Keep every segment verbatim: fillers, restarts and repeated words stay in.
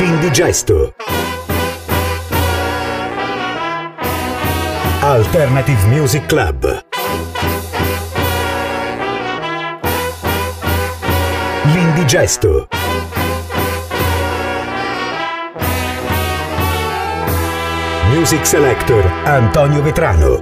L'indigesto. Alternative Music Club. L'indigesto. Music Selector Antonio Vetrano.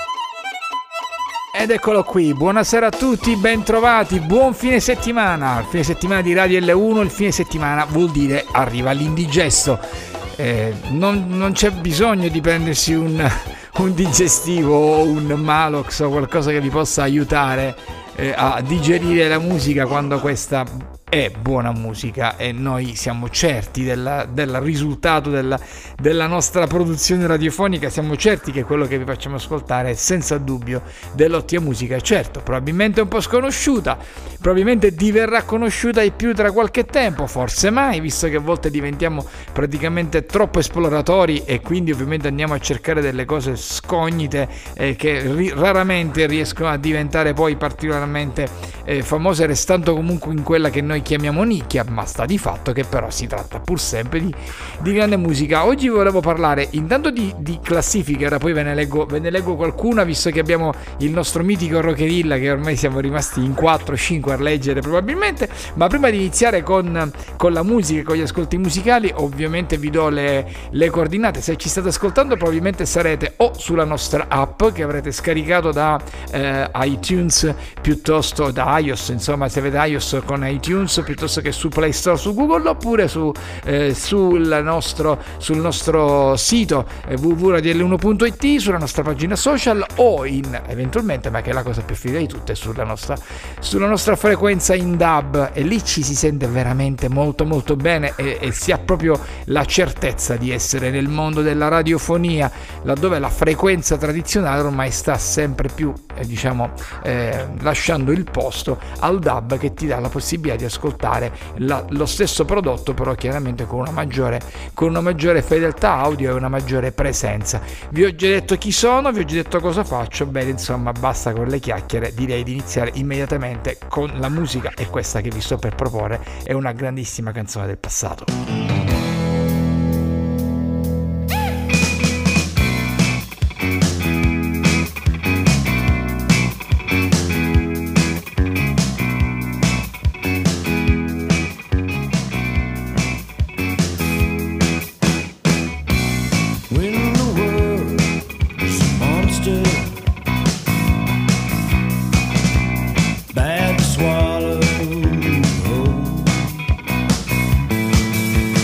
Ed eccolo qui, buonasera a tutti, bentrovati, buon fine settimana. Il fine settimana di Radio L uno, il fine settimana vuol dire arriva l'indigesto. Eh, non, non c'è bisogno di prendersi un, un digestivo o un Malox o qualcosa che vi possa aiutare eh, a digerire la musica quando questa è buona musica, e noi siamo certi della, del risultato della, della nostra produzione radiofonica. Siamo certi che quello che vi facciamo ascoltare è senza dubbio dell'ottima musica. Certo, probabilmente un po' sconosciuta, probabilmente diverrà conosciuta di più tra qualche tempo, forse mai, visto che a volte diventiamo praticamente troppo esploratori e quindi ovviamente andiamo a cercare delle cose scognite eh, che ri- raramente riescono a diventare poi particolarmente eh, famose, restando comunque in quella che noi chiamiamo nicchia, ma sta di fatto che però si tratta pur sempre di, di grande musica. Oggi volevo parlare intanto di, di classifiche, ora poi ve ne, leggo, ve ne leggo qualcuna, visto che abbiamo il nostro mitico Rockerilla che ormai siamo rimasti in quattro cinque a leggere probabilmente, ma prima di iniziare con, con la musica, con gli ascolti musicali, ovviamente vi do le, le coordinate. Se ci state ascoltando probabilmente sarete o sulla nostra app che avrete scaricato da eh, iTunes piuttosto da iOS, insomma se avete iOS con iTunes piuttosto che su Play Store, su Google, oppure su, eh, sul, nostro, sul nostro sito eh, w w w punto radio l uno punto i t, sulla nostra pagina social, o in eventualmente, ma che è la cosa più figa di tutte, sulla nostra, sulla nostra frequenza in D A B, e lì ci si sente veramente molto molto bene e, e si ha proprio la certezza di essere nel mondo della radiofonia, laddove la frequenza tradizionale ormai sta sempre più eh, diciamo eh, lasciando il posto al D A B, che ti dà la possibilità di ascoltare la, lo stesso prodotto, però chiaramente con una maggiore con una maggiore fedeltà audio e una maggiore presenza. Vi ho già detto chi sono, vi ho già detto cosa faccio. Bene, insomma, basta con le chiacchiere, direi di iniziare immediatamente con la musica, e questa che vi sto per proporre è una grandissima canzone del passato. Bad to swallow.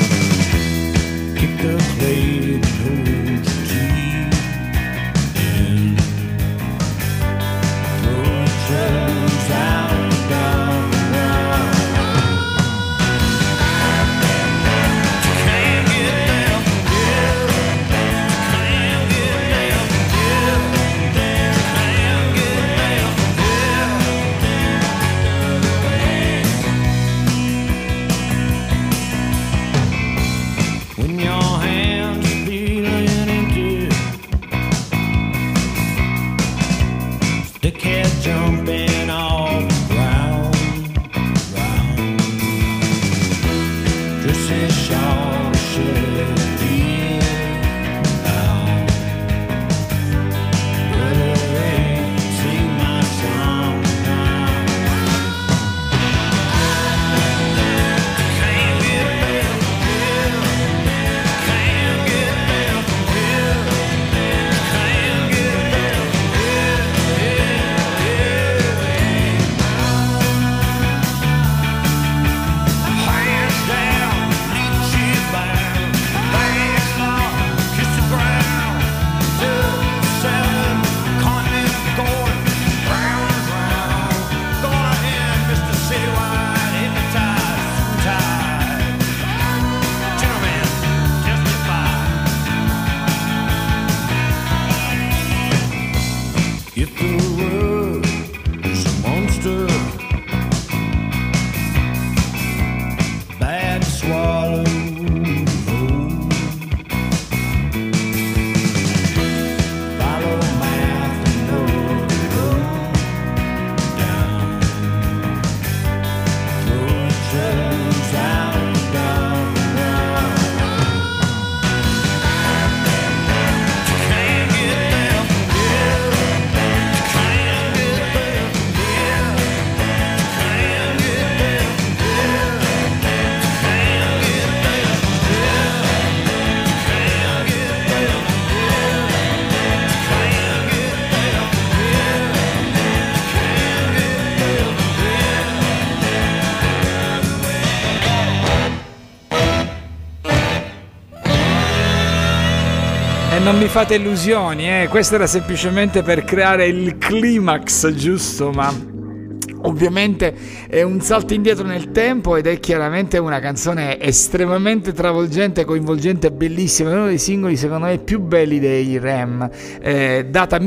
non mi fate illusioni, eh. Questo era semplicemente per creare il climax giusto, ma ovviamente è un salto indietro nel tempo ed è chiaramente una canzone estremamente travolgente, coinvolgente e bellissima. È uno dei singoli secondo me più belli dei R E M, eh, data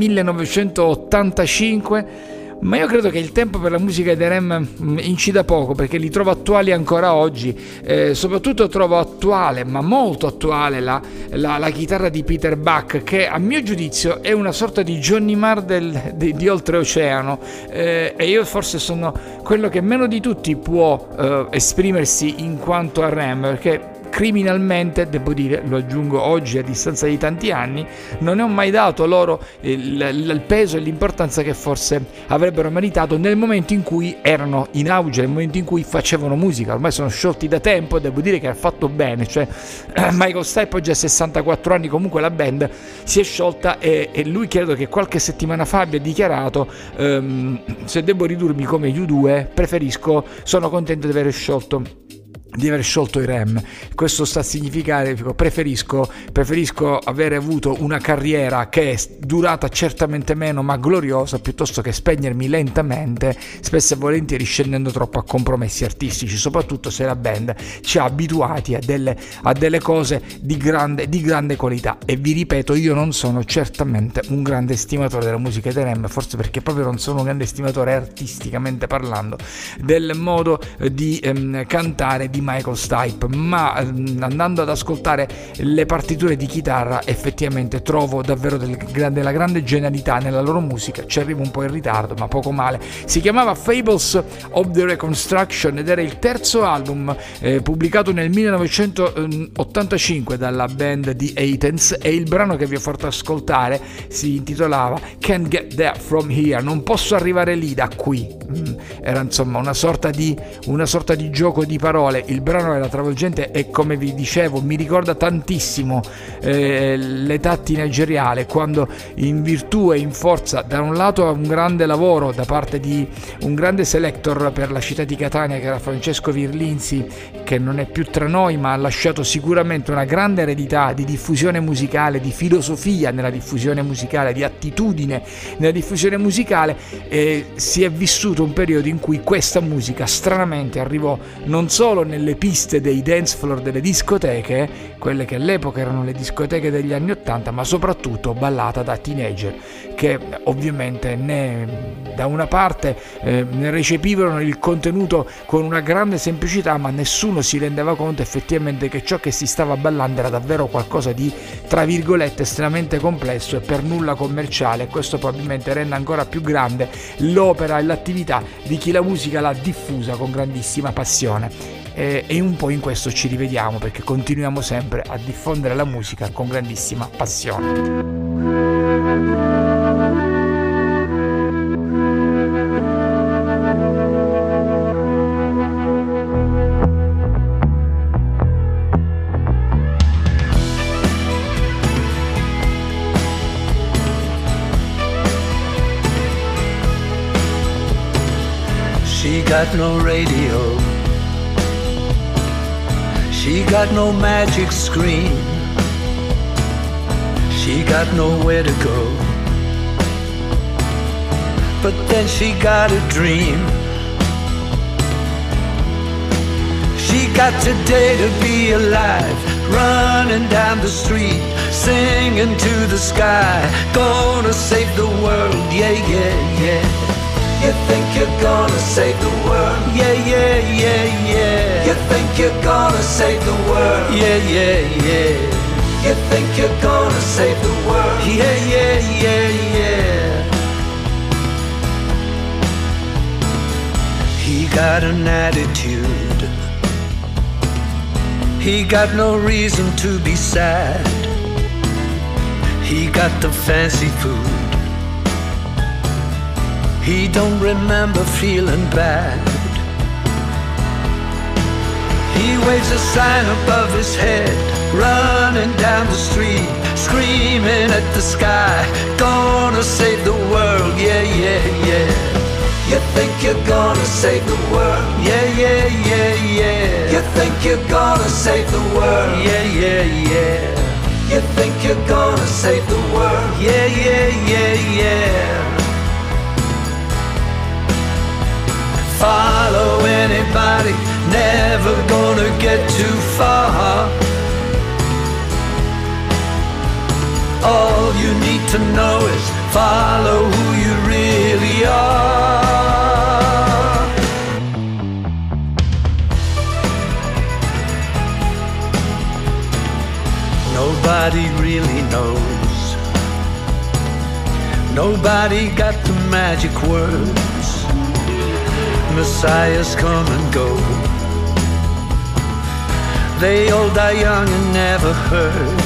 millenovecentottantacinque. Ma io credo che il tempo per la musica dei R E M incida poco, perché li trovo attuali ancora oggi. Eh, soprattutto trovo attuale, ma molto attuale, la, la, la chitarra di Peter Buck, che a mio giudizio è una sorta di Johnny Marr del, di, di oltreoceano, eh, e io forse sono quello che meno di tutti può eh, esprimersi in quanto a R E M, perché criminalmente, devo dire, lo aggiungo oggi a distanza di tanti anni, non ne ho mai dato loro il, il peso e l'importanza che forse avrebbero meritato nel momento in cui erano in auge, nel momento in cui facevano musica. Ormai sono sciolti da tempo e devo dire che ha fatto bene, cioè Michael Stipe oggi ha sessantaquattro anni, comunque la band si è sciolta e, e lui credo che qualche settimana fa abbia dichiarato ehm, se devo ridurmi come U due preferisco, sono contento di aver sciolto di aver sciolto i R E M. Questo sta a significare preferisco, preferisco avere avuto una carriera che è durata certamente meno ma gloriosa, piuttosto che spegnermi lentamente, spesso e volentieri scendendo troppo a compromessi artistici, soprattutto se la band ci ha abituati a delle, a delle cose di grande, di grande qualità. E vi ripeto, io non sono certamente un grande estimatore della musica dei R E M, forse perché proprio non sono un grande estimatore artisticamente parlando del modo di ehm, cantare di Michael Stipe, ma andando ad ascoltare le partiture di chitarra effettivamente trovo davvero del, della grande genialità nella loro musica. Ci arrivo un po' in ritardo, ma poco male. Si chiamava Fables of the Reconstruction ed era il terzo album eh, pubblicato nel millenovecentottantacinque dalla band di Athens, e il brano che vi ho fatto ascoltare si intitolava Can't Get There From Here, non posso arrivare lì da qui. Mm, era insomma una sorta di una sorta di gioco di parole. Il brano era travolgente e, come vi dicevo, mi ricorda tantissimo eh, l'età teenageriale, quando in virtù e in forza da un lato un grande lavoro da parte di un grande selector per la città di Catania che era Francesco Virlinzi, che non è più tra noi ma ha lasciato sicuramente una grande eredità di diffusione musicale, di filosofia nella diffusione musicale, di attitudine nella diffusione musicale, e si è vissuto un periodo in cui questa musica stranamente arrivò non solo nelle piste dei dance floor delle discoteche, quelle che all'epoca erano le discoteche degli anni ottanta, ma soprattutto ballata da teenager che ovviamente ne, da una parte eh, ne recepivano il contenuto con una grande semplicità, ma nessuno si rendeva conto effettivamente che ciò che si stava ballando era davvero qualcosa di, tra virgolette, estremamente complesso e per nulla commerciale. Questo probabilmente rende ancora più grande l'opera e l'attività di chi la musica l'ha diffusa con grandissima passione. E un po' in questo ci rivediamo, perché continuiamo sempre a diffondere la musica con grandissima passione. She got no radio, she got no magic screen, she got nowhere to go, but then she got a dream. She got today to be alive, running down the street, singing to the sky, gonna save the world, yeah, yeah, yeah. You think you're gonna save the world? Yeah, yeah, yeah, yeah. You think you're gonna save the world? Yeah, yeah, yeah. You think you're gonna save the world? Yeah, yeah, yeah, yeah. He got an attitude, he got no reason to be sad, he got the fancy food, he don't remember feeling bad. He waves a sign above his head, running down the street, screaming at the sky, gonna save the world, yeah, yeah, yeah. You think you're gonna save the world? Yeah, yeah, yeah, yeah. You think you're gonna save the world? Yeah, yeah, yeah. You think you're gonna save the world? Yeah, yeah, yeah, yeah. Follow anybody, never gonna get too far. All you need to know is follow who you really are. Nobody really knows. Nobody got the magic words. Messiahs come and go. They all die young and never heard.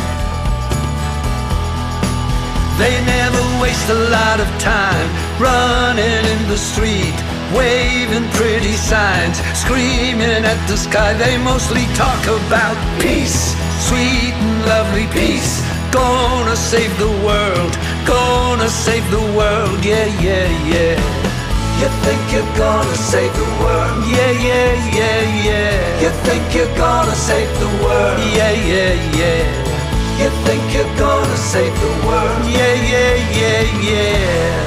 They never waste a lot of time running in the street, waving pretty signs, screaming at the sky. They mostly talk about peace, sweet and lovely peace. Gonna save the world, gonna save the world, yeah, yeah, yeah. You think you're gonna save the world? Yeah, yeah, yeah, yeah. You think you're gonna save the world? Yeah, yeah, yeah. You think you're gonna save the world? Yeah, yeah, yeah, yeah.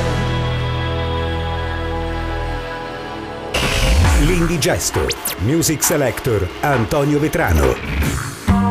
L'Indigesto, Music Selector Antonio Vetrano.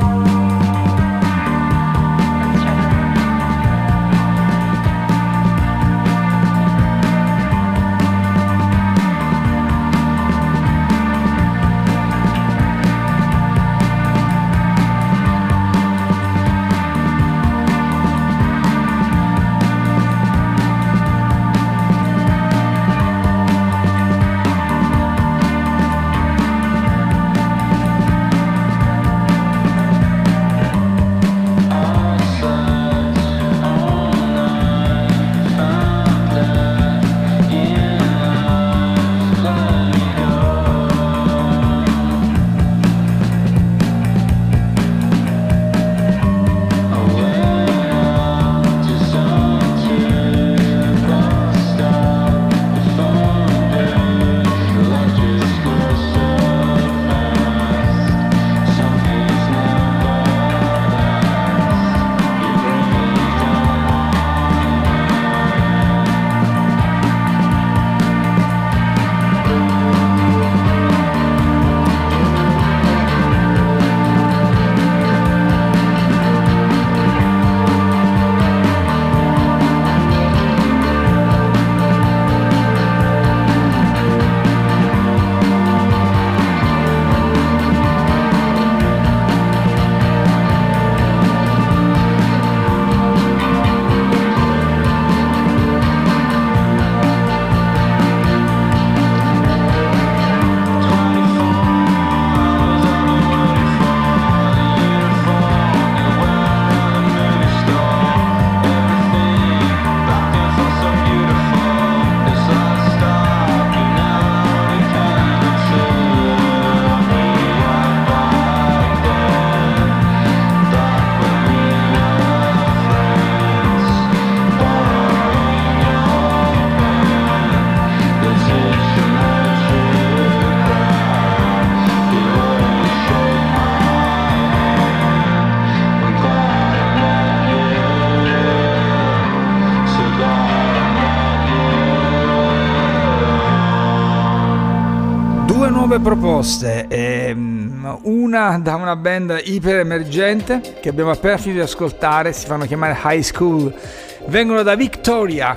Nuove proposte, ehm, una da una band iper emergente che abbiamo appena finito di ascoltare, si fanno chiamare High School, vengono da Victoria,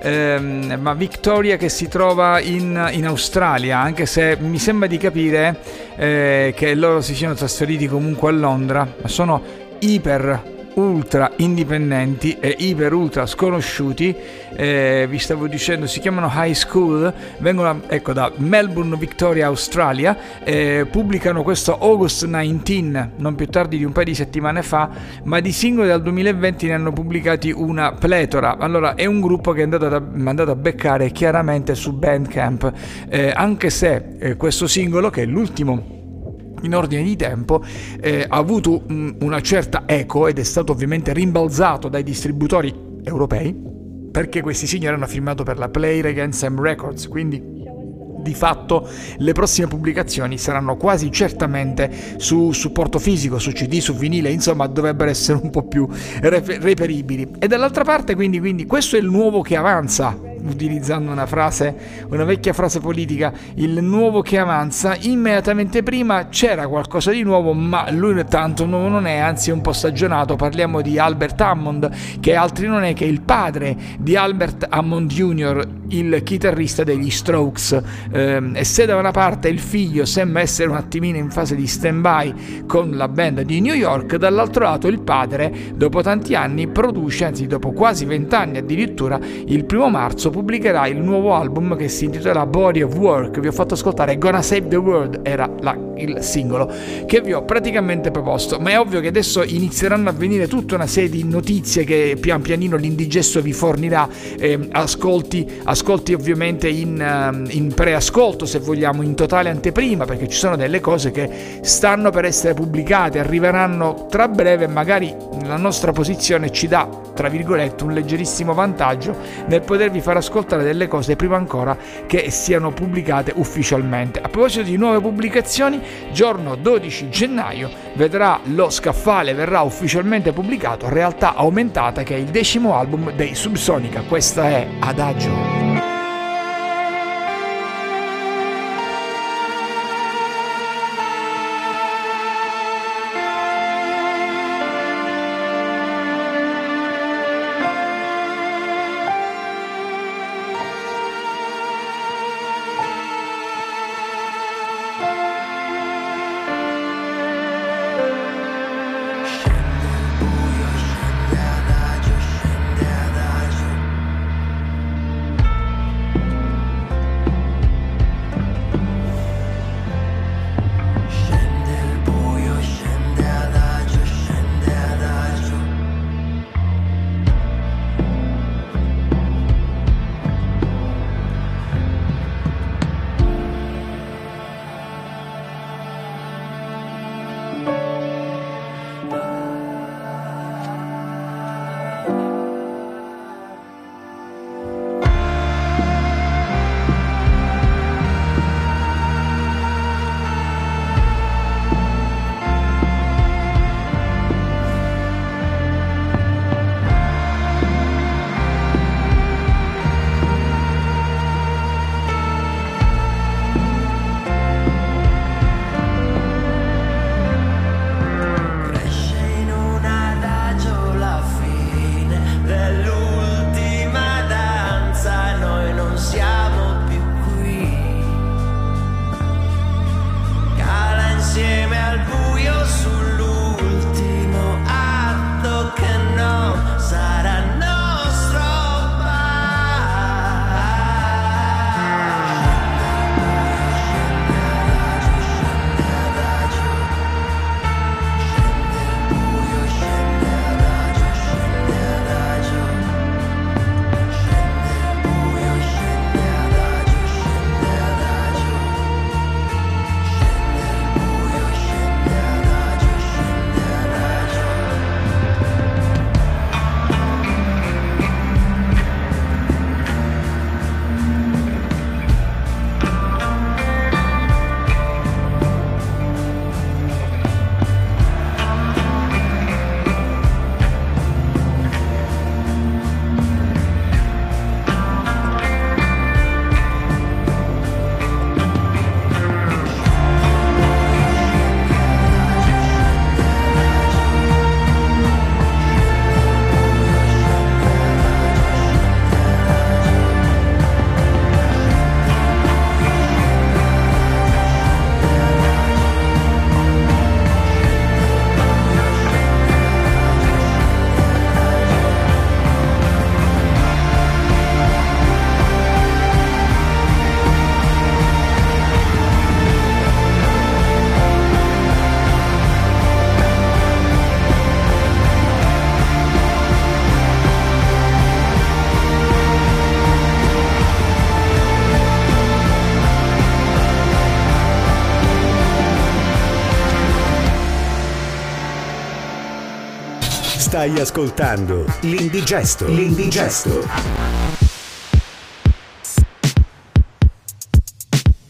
ehm, ma Victoria che si trova in, in Australia, anche se mi sembra di capire eh, che loro si siano trasferiti comunque a Londra, ma sono iper ultra indipendenti e iper ultra sconosciuti. Eh, vi stavo dicendo, si chiamano High School, vengono ecco da Melbourne, Victoria, Australia, eh, pubblicano questo August diciannove, non più tardi di un paio di settimane fa, ma di singoli dal duemilaventi ne hanno pubblicati una pletora. Allora è un gruppo che è andato a, andato a beccare chiaramente su Bandcamp, eh, anche se eh, questo singolo, che è l'ultimo in ordine di tempo, eh, ha avuto un, una certa eco ed è stato ovviamente rimbalzato dai distributori europei, perché questi signori hanno firmato per la Play Against Sam Records, quindi di fatto le prossime pubblicazioni saranno quasi certamente su supporto fisico, su C D, su vinile, insomma dovrebbero essere un po' più reperibili. E dall'altra parte quindi, quindi questo è il nuovo che avanza, utilizzando una frase, una vecchia frase politica, il nuovo che avanza. Immediatamente prima c'era qualcosa di nuovo, ma lui tanto nuovo non è, anzi è un po' stagionato. Parliamo di Albert Hammond, che altri non è che il padre di Albert Hammond junior, il chitarrista degli Strokes. Eh, e se da una parte il figlio sembra essere un attimino in fase di stand-by con la band di New York, dall'altro lato il padre, dopo tanti anni, produce, anzi dopo quasi vent'anni addirittura, il primo marzo pubblicherà il nuovo album che si intitola Body of Work. Vi ho fatto ascoltare Gonna Save the World, era la, il singolo che vi ho praticamente proposto, ma è ovvio che adesso inizieranno a venire tutta una serie di notizie che pian pianino l'Indigesto vi fornirà, eh, ascolti, ascolti ovviamente in, uh, in preascolto, se vogliamo, in totale anteprima, perché ci sono delle cose che stanno per essere pubblicate, arriveranno tra breve, magari la nostra posizione ci dà, tra virgolette, un leggerissimo vantaggio nel potervi far ascoltare delle cose prima ancora che siano pubblicate ufficialmente. A proposito di nuove pubblicazioni, giorno dodici gennaio vedrà Lo Scaffale, verrà ufficialmente pubblicato Realtà Aumentata, che è il decimo album dei Subsonica. Questa è Adagio. Stai ascoltando l'Indigesto. L'Indigesto.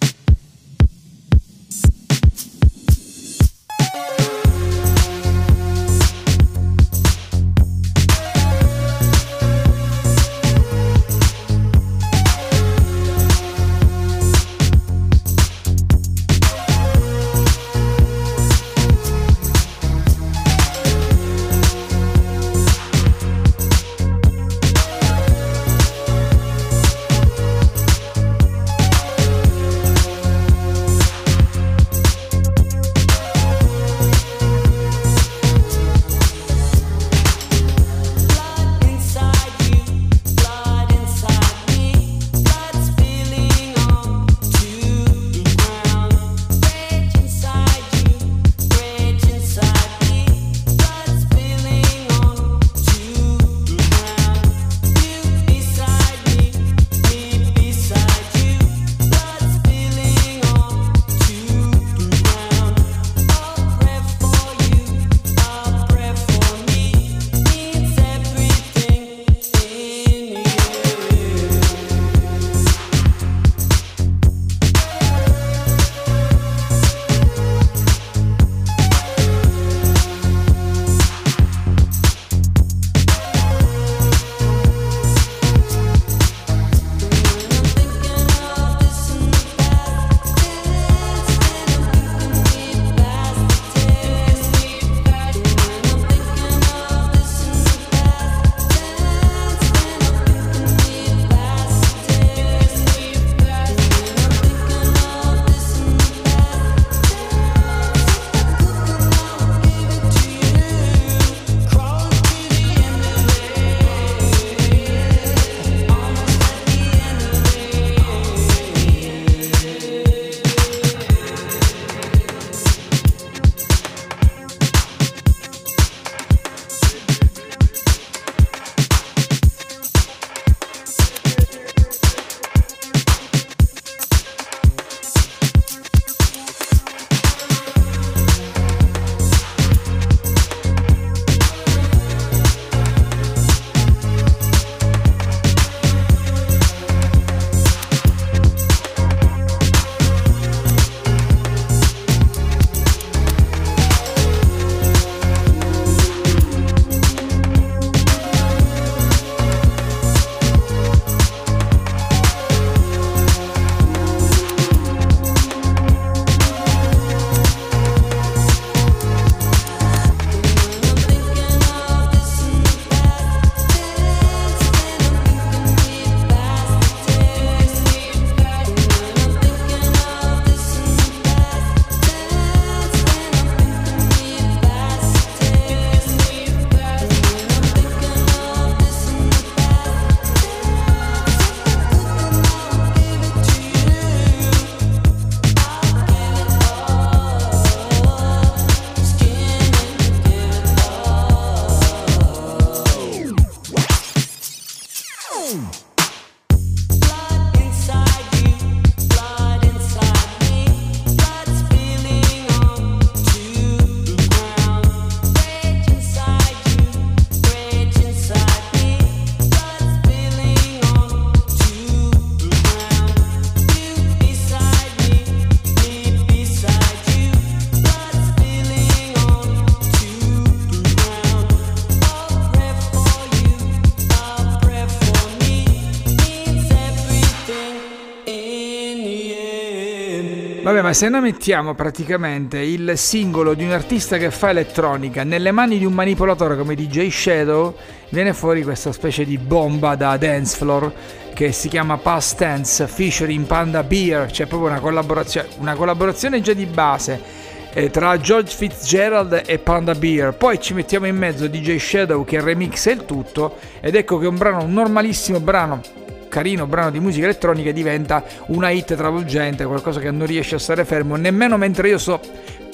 Vabbè, ma se noi mettiamo praticamente il singolo di un artista che fa elettronica nelle mani di un manipolatore come D J Shadow, viene fuori questa specie di bomba da dance floor che si chiama Past Tense featuring Panda Bear. C'è proprio una collaborazione, una collaborazione già di base eh, tra George Fitzgerald e Panda Bear. Poi ci mettiamo in mezzo D J Shadow che remixa il tutto, ed ecco che un brano, un normalissimo brano, carino brano di musica elettronica, diventa una hit travolgente, qualcosa che non riesce a stare fermo nemmeno mentre io sto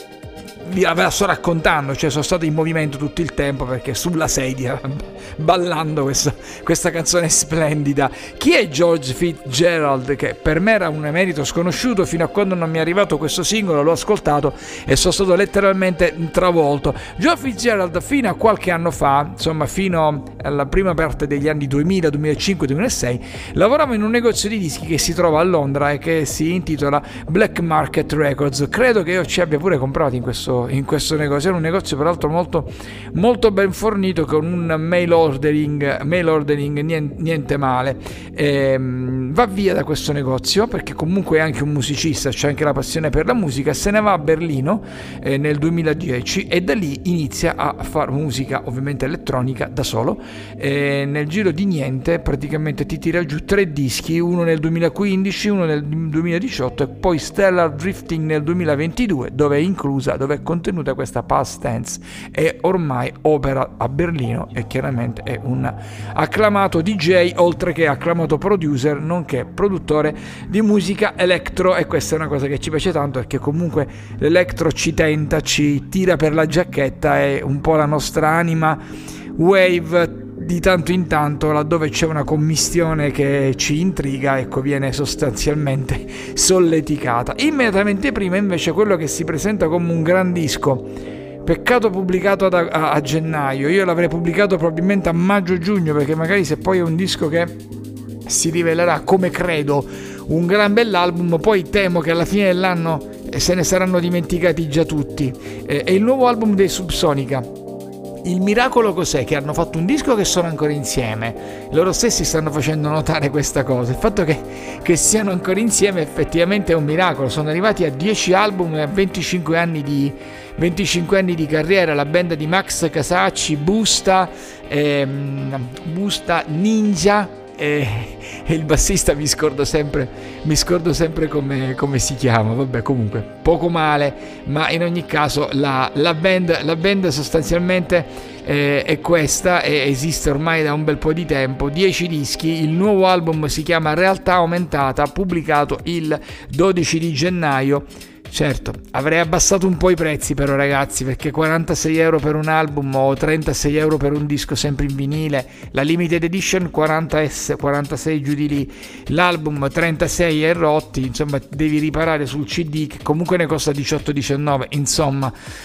vi la sto raccontando, cioè sono stato in movimento tutto il tempo perché sulla sedia ballando questa, questa canzone splendida. Chi è George Fitzgerald? Che per me era un emerito sconosciuto fino a quando non mi è arrivato questo singolo, l'ho ascoltato e sono stato letteralmente travolto. George Fitzgerald fino a qualche anno fa, insomma fino alla prima parte degli anni duemila, duemilacinque, duemilasei, lavorava in un negozio di dischi che si trova a Londra e che si intitola Black Market Records. Credo che io ci abbia pure comprato in questo in questo negozio. Era un negozio peraltro molto molto ben fornito, con un mail ordering mail ordering niente, niente male. E, va via da questo negozio perché comunque è anche un musicista, c'è anche la passione per la musica. Se ne va a Berlino eh, nel duemiladieci e da lì inizia a fare musica ovviamente elettronica da solo. E nel giro di niente praticamente ti tira giù tre dischi, uno nel duemilaquindici, uno nel duemiladiciotto e poi Stellar Drifting nel duemilaventidue, dove è inclusa dove è contenuta questa Past Tense, e ormai opera a Berlino e chiaramente è un acclamato D J oltre che acclamato producer, nonché produttore di musica electro. E questa è una cosa che ci piace tanto perché comunque l'electro ci tenta, ci tira per la giacchetta, è un po' la nostra anima wave. Di tanto in tanto, laddove c'è una commistione che ci intriga, ecco, viene sostanzialmente solleticata. Immediatamente prima invece quello che si presenta come un gran disco, peccato pubblicato a, a, a gennaio, io l'avrei pubblicato probabilmente a maggio-giugno, perché magari se poi è un disco che si rivelerà, come credo, un gran bell'album, poi temo che alla fine dell'anno se ne saranno dimenticati già tutti. Eh, è il nuovo album dei Subsonica. Il miracolo cos'è? Che hanno fatto un disco che sono ancora insieme. Loro stessi stanno facendo notare questa cosa. Il fatto che, che siano ancora insieme effettivamente è un miracolo. Sono arrivati a dieci album e a venticinque anni di, venticinque anni di carriera. La band di Max Casacci, Busta, ehm, Busta Ninja e, e il bassista mi scordo sempre, mi scordo sempre come, come si chiama. Vabbè, comunque poco male, ma in ogni caso la, la, band, la band sostanzialmente eh, è questa e esiste ormai da un bel po' di tempo. dieci dischi, il nuovo album si chiama Realtà Aumentata, pubblicato il dodici di gennaio. Certo, avrei abbassato un po' i prezzi però ragazzi, perché quarantasei euro per un album o trentasei euro per un disco sempre in vinile, la limited edition quaranta S, quarantasei giù di lì, l'album trentasei e rotti, insomma devi riparare sul C D che comunque ne costa diciotto diciannove, insomma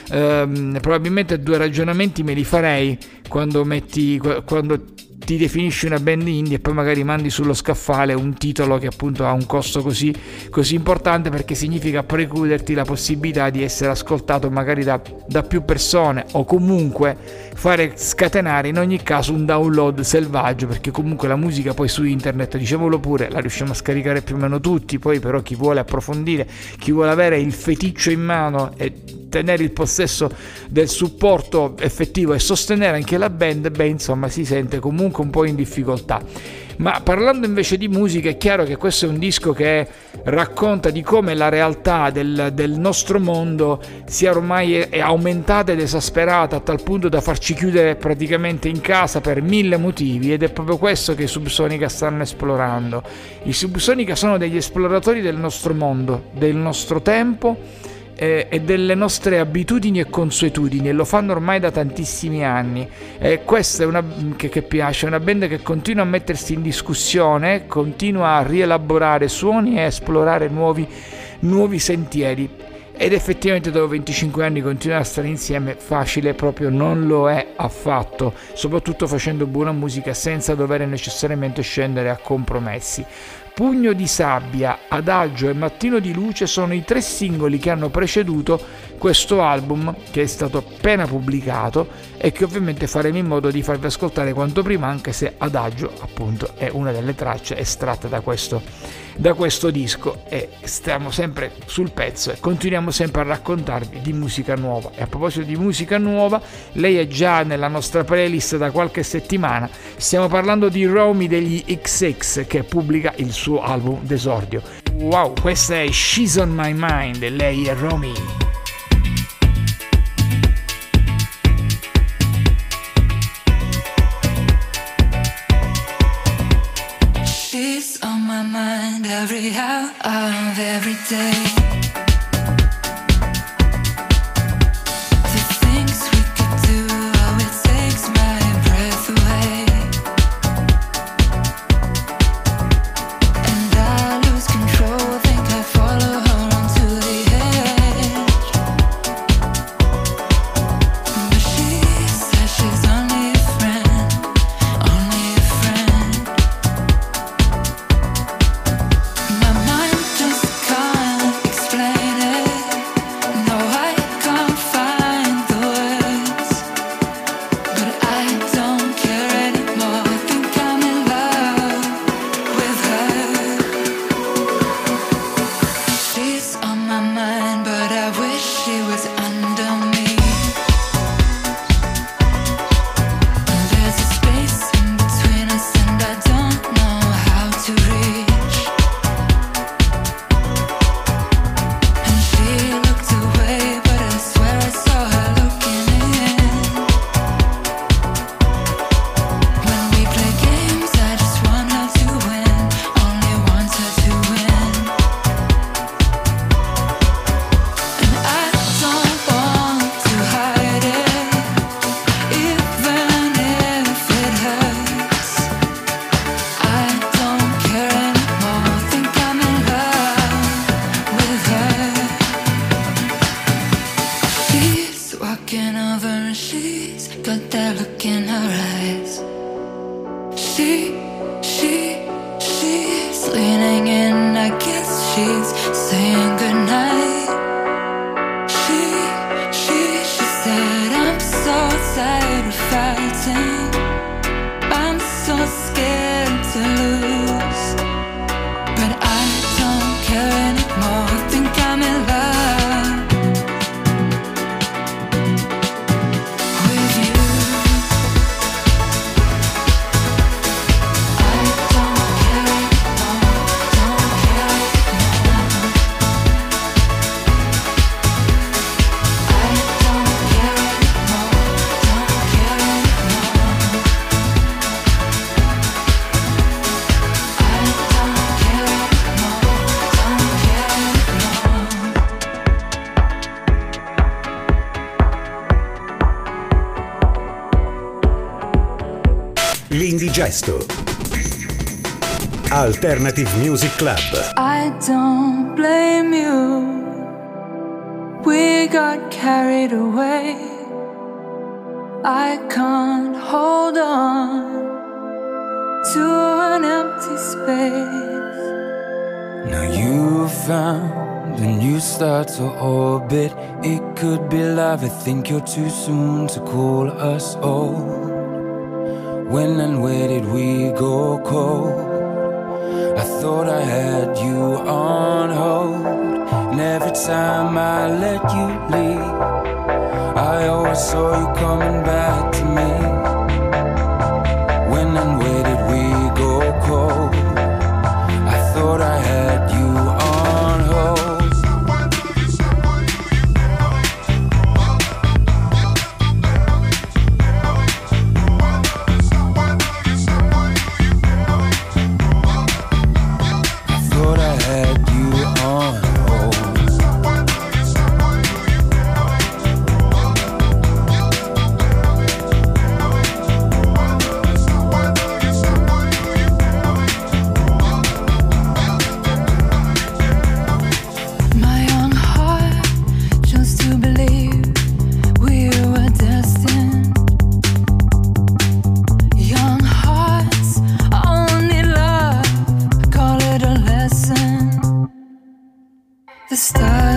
ehm, probabilmente due ragionamenti me li farei quando metti quando ti definisci una band indie e poi magari mandi sullo scaffale un titolo che appunto ha un costo così, così importante, perché significa precluderti la possibilità di essere ascoltato magari da, da più persone, o comunque fare scatenare in ogni caso un download selvaggio, perché comunque la musica poi su internet, diciamolo pure, la riusciamo a scaricare più o meno tutti. Poi però chi vuole approfondire, chi vuole avere il feticcio in mano e tenere il possesso del supporto effettivo e sostenere anche la band, beh insomma si sente comunque un po' in difficoltà. Ma parlando invece di musica, è chiaro che questo è un disco che racconta di come la realtà del, del nostro mondo sia ormai è aumentata ed esasperata a tal punto da farci chiudere praticamente in casa per mille motivi, ed è proprio questo che i Subsonica stanno esplorando. I Subsonica sono degli esploratori del nostro mondo, del nostro tempo e delle nostre abitudini e consuetudini, e lo fanno ormai da tantissimi anni. E questa è una che, che piace, è una band che continua a mettersi in discussione, continua a rielaborare suoni e a esplorare nuovi, nuovi sentieri, ed effettivamente dopo venticinque anni continuare a stare insieme facile proprio non lo è affatto, soprattutto facendo buona musica senza dover necessariamente scendere a compromessi. Pugno di sabbia, Adagio e Mattino di luce sono i tre singoli che hanno preceduto questo album, che è stato appena pubblicato e che ovviamente faremo in modo di farvi ascoltare quanto prima, anche se Adagio appunto è una delle tracce estratte da questo, da questo disco, e stiamo sempre sul pezzo e continuiamo sempre a raccontarvi di musica nuova. E a proposito di musica nuova, lei è già nella nostra playlist da qualche settimana. Stiamo parlando di Romy degli X X, che pubblica il suo album d'esordio. Wow, questa è She's on My Mind e lei è Romy. She's on my mind every hour of every day. L'Indigesto Alternative Music Club. I don't blame you. We got carried away. I can't hold on to an empty space. Now you found a new star to orbit. It could be love. I think you're too soon to call us old. When and where did we go cold? I thought I had you on hold, and every time I let you leave, I always saw you coming back to me. When and where did we go cold? I thought I had you on hold.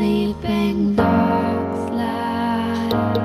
sleeping dogs lie.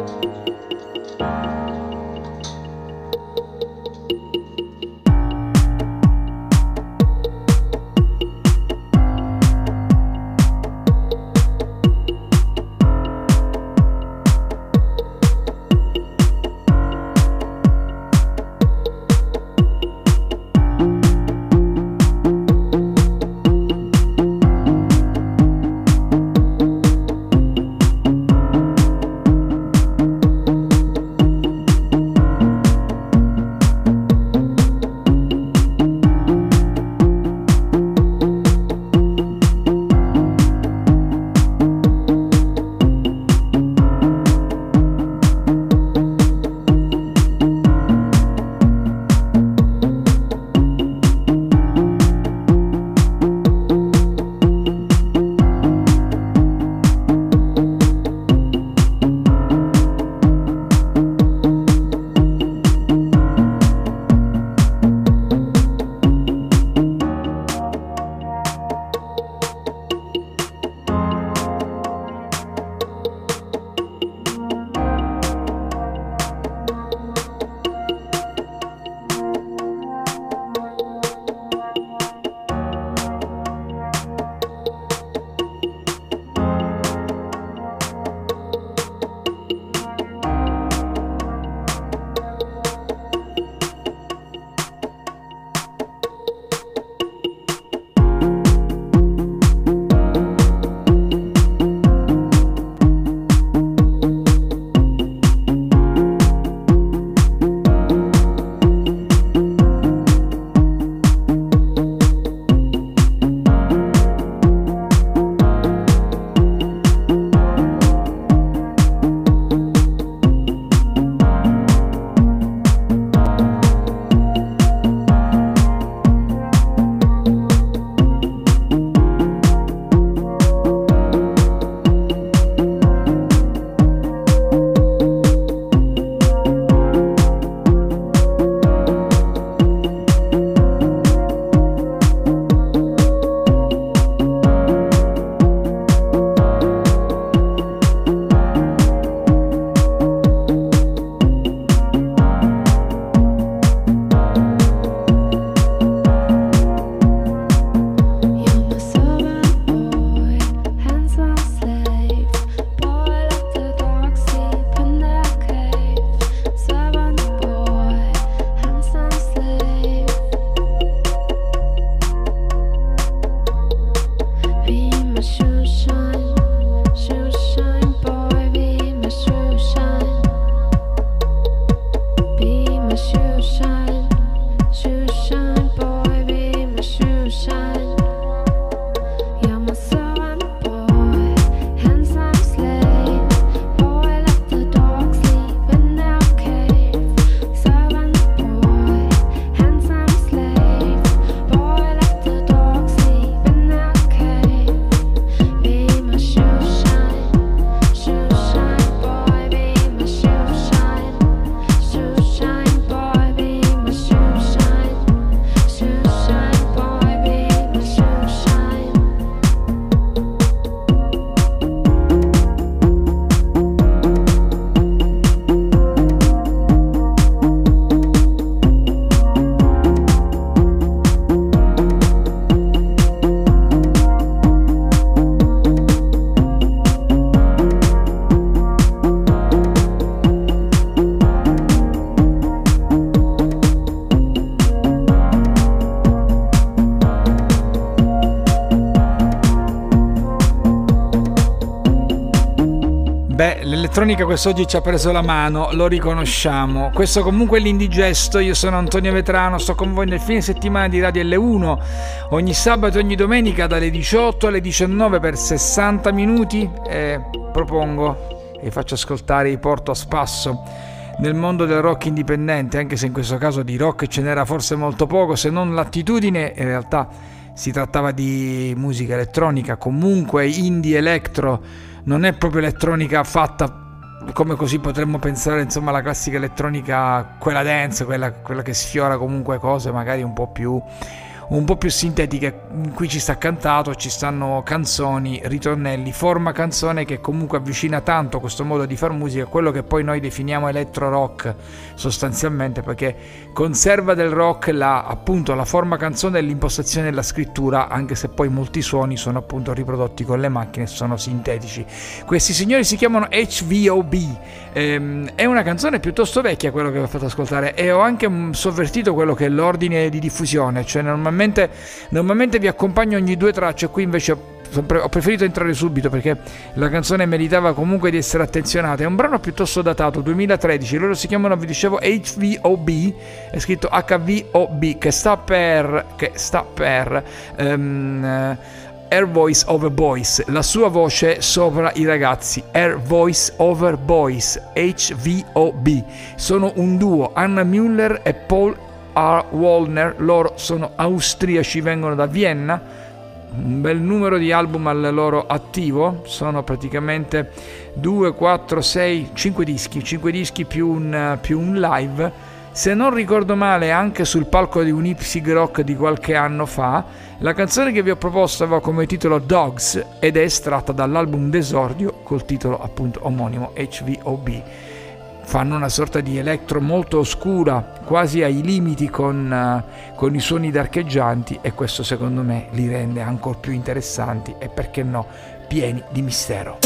Beh, l'elettronica quest'oggi ci ha preso la mano, lo riconosciamo. Questo comunque è l'Indigesto, io sono Antonio Vetrano, sto con voi nel fine settimana di Radio L uno, ogni sabato e ogni domenica dalle diciotto alle diciannove per sessanta minuti e propongo e faccio ascoltare, vi porto a spasso nel mondo del rock indipendente, anche se in questo caso di rock ce n'era forse molto poco, se non l'attitudine. In realtà si trattava di musica elettronica, comunque indie electro, non è proprio elettronica fatta come così potremmo pensare, insomma, la classica elettronica, quella dance, quella, quella che sfiora comunque cose magari un po' più un po' più sintetiche. Qui ci sta cantato, ci stanno canzoni, ritornelli, forma canzone che comunque avvicina tanto questo modo di far musica a quello che poi noi definiamo electro rock sostanzialmente, perché conserva del rock la, appunto la forma canzone e l'impostazione della scrittura, anche se poi molti suoni sono appunto riprodotti con le macchine e sono sintetici. Questi signori si chiamano H V O B, ehm, è una canzone piuttosto vecchia quello che vi ho fatto ascoltare, e ho anche sovvertito quello che è l'ordine di diffusione, cioè normalmente, normalmente vi accompagno ogni due tracce, qui invece ho preferito entrare subito perché la canzone meritava comunque di essere attenzionata. È un brano piuttosto datato, duemilatredici, loro si chiamano, vi dicevo, H V O B, è scritto H V O B, che sta per che sta per um, Air Voice Over Boys, la sua voce sopra i ragazzi. Air Voice Over Boys, H V O B, sono un duo, Anna Müller e Paul R. Wallner, loro sono austriaci, vengono da Vienna. Un bel numero di album al loro attivo, sono praticamente due, quattro, sei, cinque dischi, cinque dischi più un, più un live, se non ricordo male anche sul palco di un Ipsig Rock di qualche anno fa. La canzone che vi ho proposto aveva come titolo Dogs ed è estratta dall'album d'esordio col titolo appunto omonimo H V O B. Fanno una sorta di electro molto oscura, quasi ai limiti con, uh, con i suoni d'archeggianti, e questo secondo me li rende ancora più interessanti e, perché no, pieni di mistero.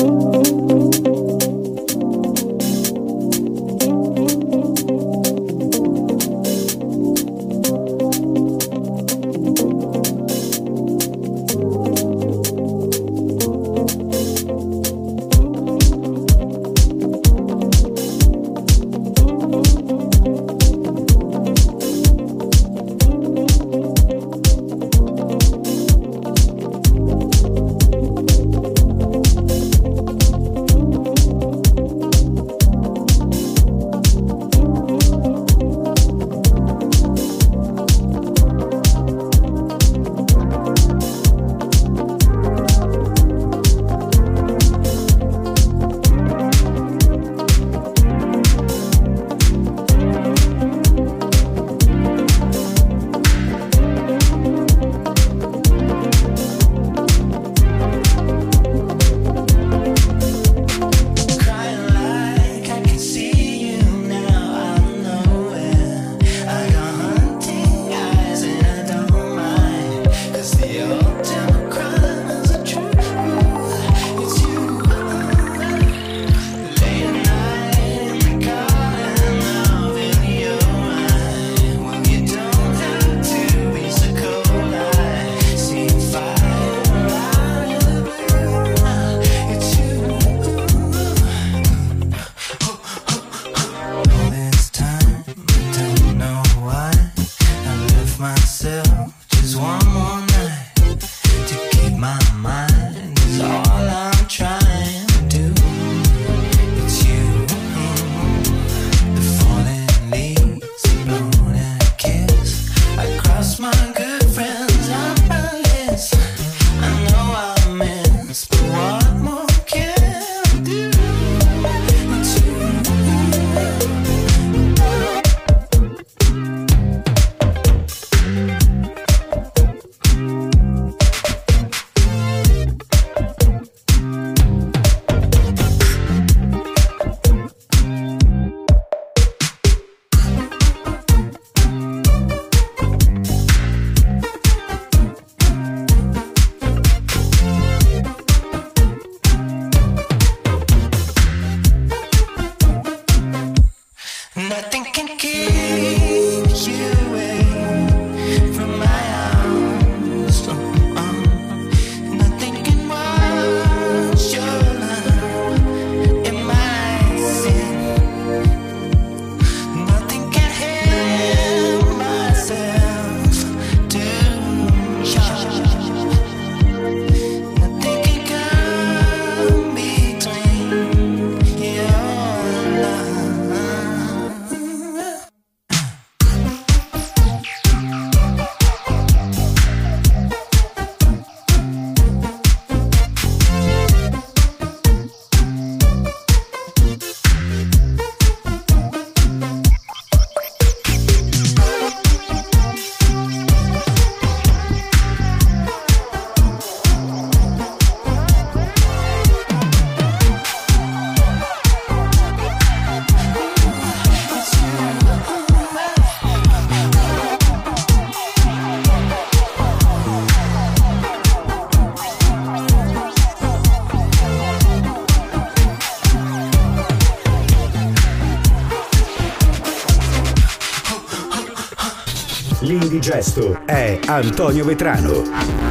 L'indigesto è Antonio Vetrano.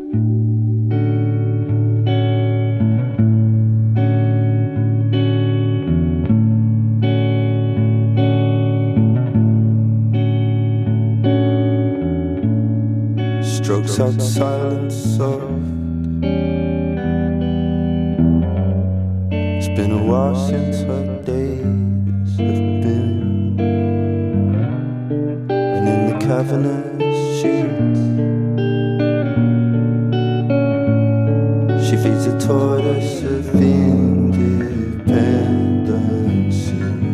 Strokes out silence soft. It's been a while since our days have been. And in the cavernous sheets she feeds a tortoise of independency.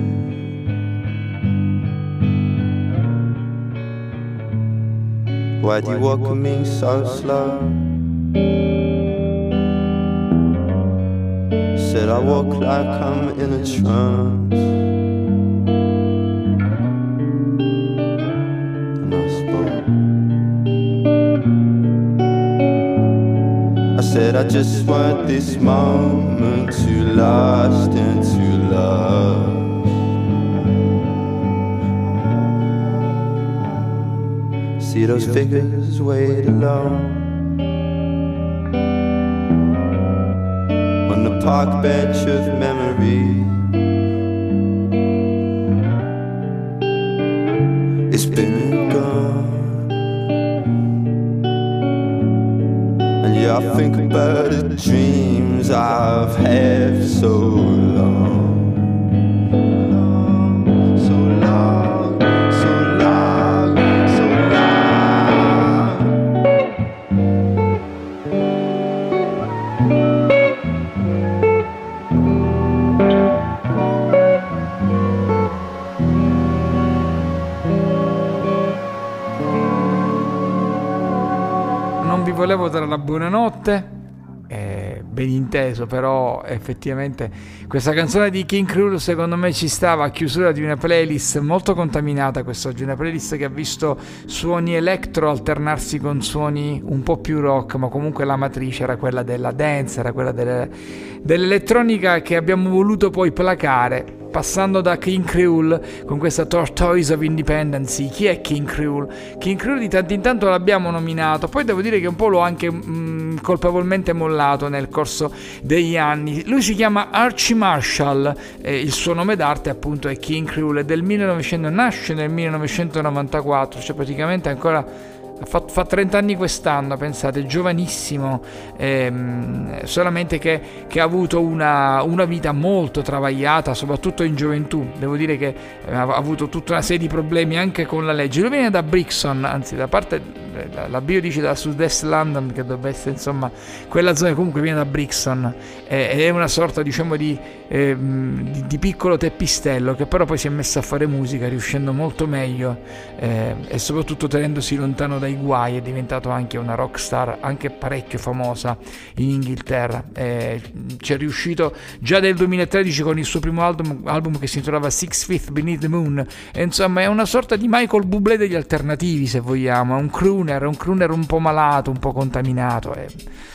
Why do you walk with me so slow? Said I walk like I'm in a trance. And I spoke. I said I just want this moment to last and to love. See those figures wait alone on the park bench of memory. It's been gone, and yeah, I think about the dreams I've had for so long. Volevo dare la buonanotte, eh, ben inteso, però effettivamente questa canzone di King Krule secondo me ci stava a chiusura di una playlist molto contaminata quest'oggi, una playlist che ha visto suoni electro alternarsi con suoni un po' più rock, ma comunque la matrice era quella della dance, era quella delle, dell'elettronica che abbiamo voluto poi placare. Passando da King Krule con questa Tortoise of Independency. Chi è King Krule? King Krule di tanto in tanto l'abbiamo nominato, poi devo dire che un po' l'ho anche mh, colpevolmente mollato nel corso degli anni. Lui si chiama Archie Marshall, eh, il suo nome d'arte appunto è King Krule, del millenovecento, nasce nel millenovecentonovantaquattro, cioè praticamente ancora Fa, fa trenta anni quest'anno, pensate, giovanissimo, ehm, solamente che, che ha avuto una, una vita molto travagliata, soprattutto in gioventù. Devo dire che ha avuto tutta una serie di problemi anche con la legge. Lui viene da Brixton, anzi da parte, la, la bio dice da Sud-Est London, che dovrebbe essere insomma quella zona, comunque viene da Brixton, eh, ed è una sorta diciamo di, eh, di, di piccolo teppistello, che però poi si è messo a fare musica riuscendo molto meglio, eh, e soprattutto tenendosi lontano dai guai. È diventato anche una rockstar anche parecchio famosa in Inghilterra, eh, ci è riuscito già nel duemilatredici con il suo primo album, album che si intitolava Six Feet Beneath the Moon, e insomma è una sorta di Michael Bublé degli alternativi, se vogliamo. È un crooner, è un crooner un po' malato, un po' contaminato, è,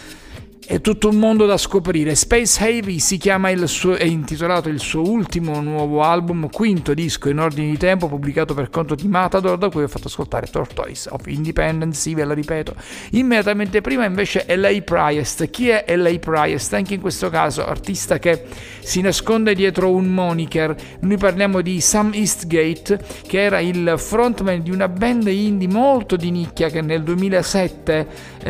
è tutto un mondo da scoprire. Space Heavy si chiama il suo, è intitolato il suo ultimo nuovo album, quinto disco in ordine di tempo, pubblicato per conto di Matador, da cui ho fatto ascoltare Tortoise of Independency, ve la ripeto. Immediatamente prima invece L A Priest. Chi è L A Priest? Anche in questo caso artista che si nasconde dietro un moniker. Noi parliamo di Sam Eastgate, che era il frontman di una band indie molto di nicchia che nel duemilasette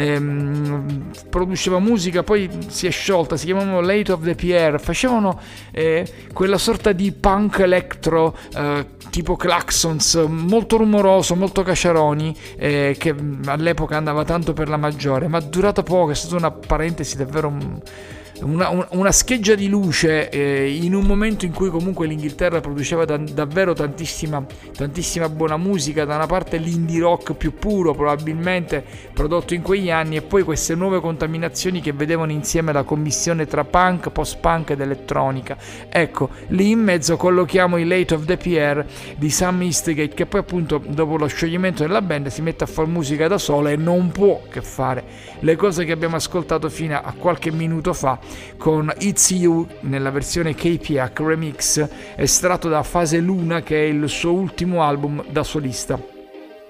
ehm, produceva musica, poi si è sciolta, si chiamavano Late of the Pierre, facevano eh, quella sorta di punk electro eh, tipo Claxons, molto rumoroso, molto cacciaroni, eh, che all'epoca andava tanto per la maggiore, ma durato poco, è stata una parentesi davvero una, una scheggia di luce eh, in un momento in cui comunque l'Inghilterra produceva da, davvero tantissima, tantissima buona musica. Da una parte l'indie rock più puro probabilmente prodotto in quegli anni, e poi queste nuove contaminazioni che vedevano insieme la commissione tra punk, post-punk ed elettronica. Ecco, lì in mezzo collochiamo i Late of the Pierre di Sam Eastgate, che poi appunto dopo lo scioglimento della band si mette a fare musica da sola e non può che fare le cose che abbiamo ascoltato fino a qualche minuto fa con It's You nella versione K P H Remix, estratto da Fase Luna, che è il suo ultimo album da solista.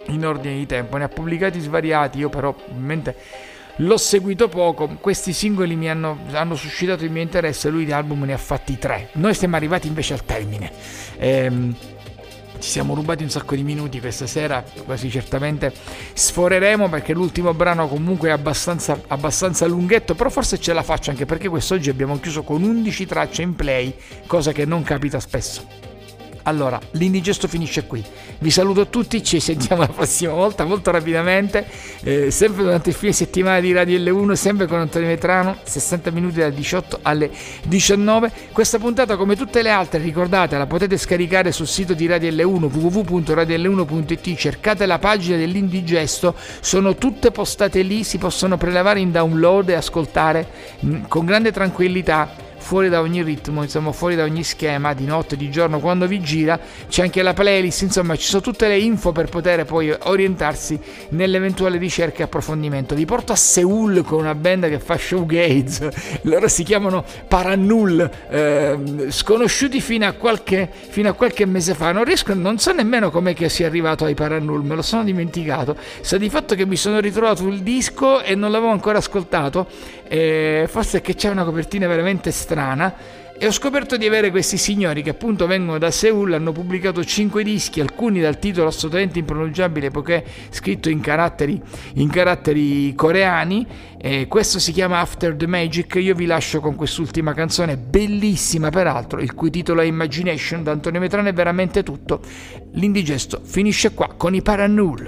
in ordine di tempo, ne ha pubblicati svariati, io però ovviamente l'ho seguito poco. Questi singoli mi hanno, hanno suscitato il mio interesse, lui di album ne ha fatti tre. Noi siamo arrivati invece al termine, ehm, ci siamo rubati un sacco di minuti questa sera, quasi certamente sforeremo perché l'ultimo brano comunque è abbastanza, abbastanza lunghetto, però forse ce la faccio anche perché quest'oggi abbiamo chiuso con undici tracce in play, cosa che non capita spesso. Allora, l'indigesto finisce qui. Vi saluto tutti, ci sentiamo la prossima volta molto rapidamente, eh, sempre durante il fine settimana di Radio L uno, sempre con Antonio Vetrano, sessanta minuti dalle diciotto alle diciannove. Questa puntata, come tutte le altre, ricordate, la potete scaricare sul sito di Radio L uno, w w w punto radio l uno punto it, cercate la pagina dell'indigesto, sono tutte postate lì, si possono prelevare in download e ascoltare mh, con grande tranquillità, fuori da ogni ritmo, insomma fuori da ogni schema, di notte, di giorno, quando vi gira. C'è anche la playlist, insomma ci sono tutte le info per poter poi orientarsi nell'eventuale ricerca e approfondimento. Vi porto a Seoul con una band che fa shoegaze, loro si chiamano Parannoul, eh, sconosciuti fino a qualche fino a qualche mese fa. Non riesco, non so nemmeno com'è che sia arrivato ai Parannoul, me lo sono dimenticato. Sa di fatto che mi sono ritrovato il disco e non l'avevo ancora ascoltato, eh, forse è che c'è una copertina veramente strana, e ho scoperto di avere questi signori che appunto vengono da Seoul, hanno pubblicato cinque dischi, alcuni dal titolo assolutamente impronunciabile poiché scritto in caratteri, in caratteri coreani, e questo si chiama After the Magic. Io vi lascio con quest'ultima canzone bellissima peraltro, il cui titolo è Imagination. Da Antonio Vetrano è veramente tutto, l'indigesto finisce qua con i Parannoul.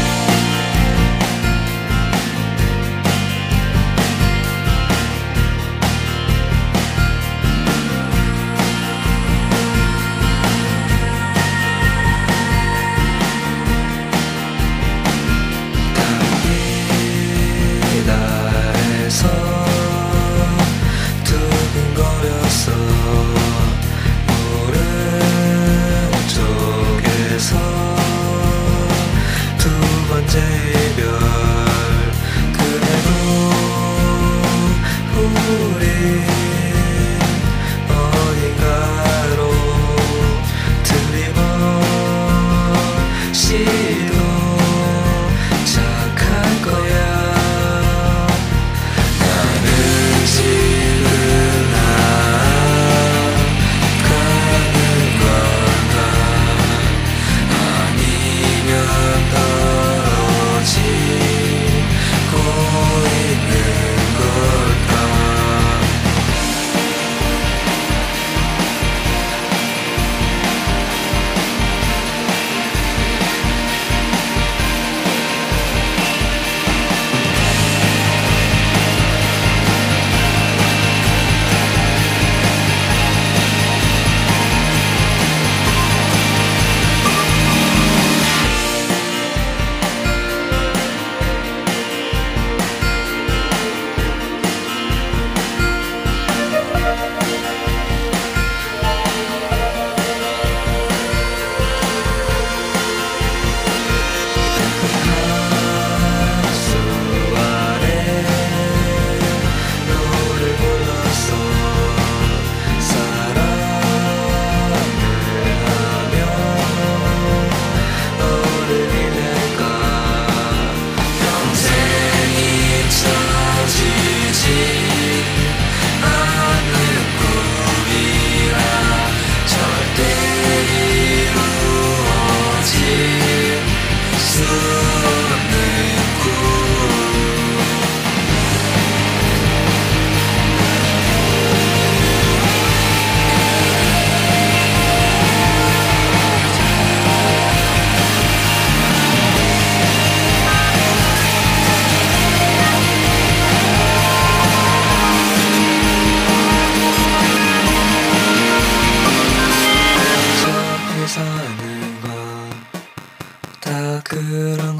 그런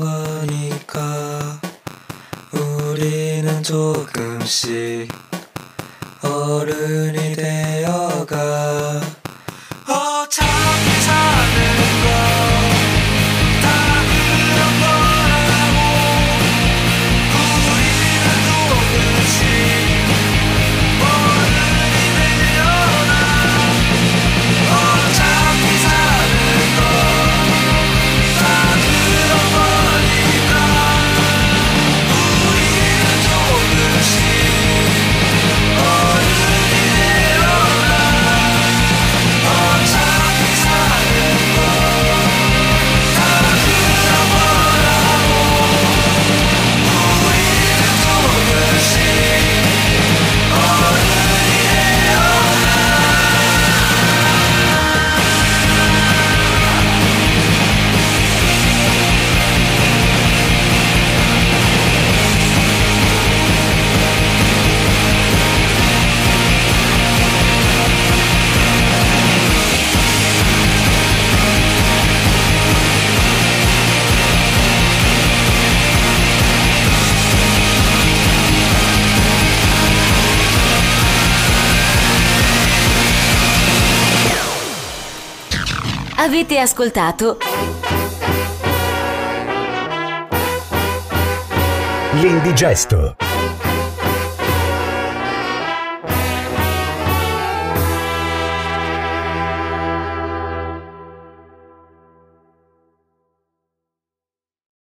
거니까 우리는 조금씩 어른이 되어가 어차피 사는 거 다 그런 거라고 우리는 조금씩 어른이 되어가 어차피 사는 거 다 그런 거 Avete ascoltato L'Indigesto.